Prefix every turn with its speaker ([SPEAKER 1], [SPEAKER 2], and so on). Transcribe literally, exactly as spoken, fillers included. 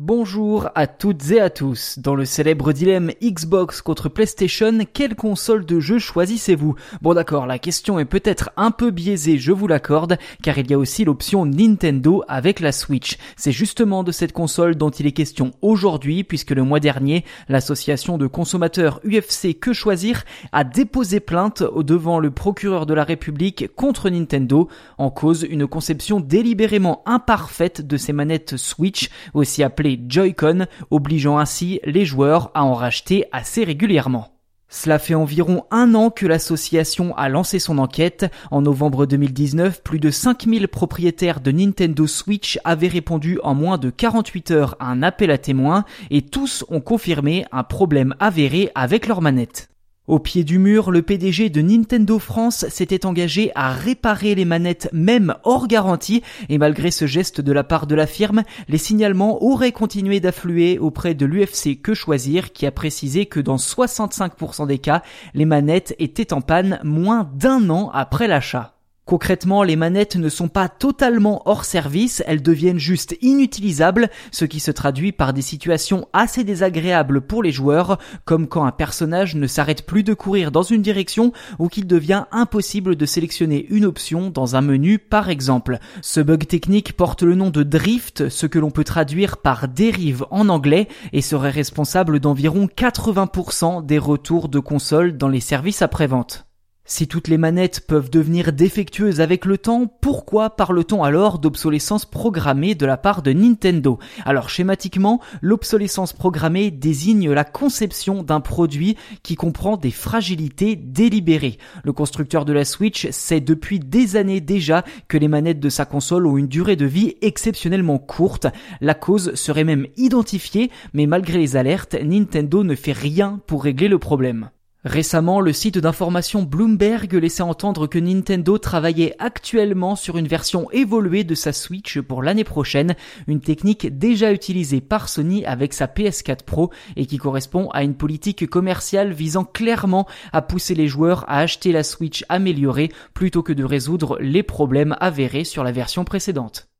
[SPEAKER 1] Bonjour à toutes et à tous. Dans le célèbre dilemme Xbox contre PlayStation, quelle console de jeu choisissez-vous ? Bon d'accord, la question est peut-être un peu biaisée, je vous l'accorde, car il y a aussi l'option Nintendo avec la Switch. C'est justement de cette console dont il est question aujourd'hui, puisque le mois dernier, l'association de consommateurs U F C Que Choisir a déposé plainte devant le procureur de la République contre Nintendo, en cause une conception délibérément imparfaite de ces manettes Switch, aussi appelées Joy-Con, obligeant ainsi les joueurs à en racheter assez régulièrement. Cela fait environ un an que l'association a lancé son enquête. En novembre deux mille dix-neuf, plus de cinq mille propriétaires de Nintendo Switch avaient répondu en moins de quarante-huit heures à un appel à témoins et tous ont confirmé un problème avéré avec leurs manettes. Au pied du mur, le P D G de Nintendo France s'était engagé à réparer les manettes même hors garantie et malgré ce geste de la part de la firme, les signalements auraient continué d'affluer auprès de l'U F C Que Choisir qui a précisé que dans soixante-cinq pour cent des cas, les manettes étaient en panne moins d'un an après l'achat. Concrètement, les manettes ne sont pas totalement hors service, elles deviennent juste inutilisables, ce qui se traduit par des situations assez désagréables pour les joueurs, comme quand un personnage ne s'arrête plus de courir dans une direction ou qu'il devient impossible de sélectionner une option dans un menu par exemple. Ce bug technique porte le nom de drift, ce que l'on peut traduire par dérive en anglais, et serait responsable d'environ quatre-vingts pour cent des retours de consoles dans les services après-vente. Si toutes les manettes peuvent devenir défectueuses avec le temps, pourquoi parle-t-on alors d'obsolescence programmée de la part de Nintendo ? Alors schématiquement, l'obsolescence programmée désigne la conception d'un produit qui comprend des fragilités délibérées. Le constructeur de la Switch sait depuis des années déjà que les manettes de sa console ont une durée de vie exceptionnellement courte. La cause serait même identifiée, mais malgré les alertes, Nintendo ne fait rien pour régler le problème. Récemment, le site d'information Bloomberg laissait entendre que Nintendo travaillait actuellement sur une version évoluée de sa Switch pour l'année prochaine, une technique déjà utilisée par Sony avec sa P S quatre Pro et qui correspond à une politique commerciale visant clairement à pousser les joueurs à acheter la Switch améliorée plutôt que de résoudre les problèmes avérés sur la version précédente.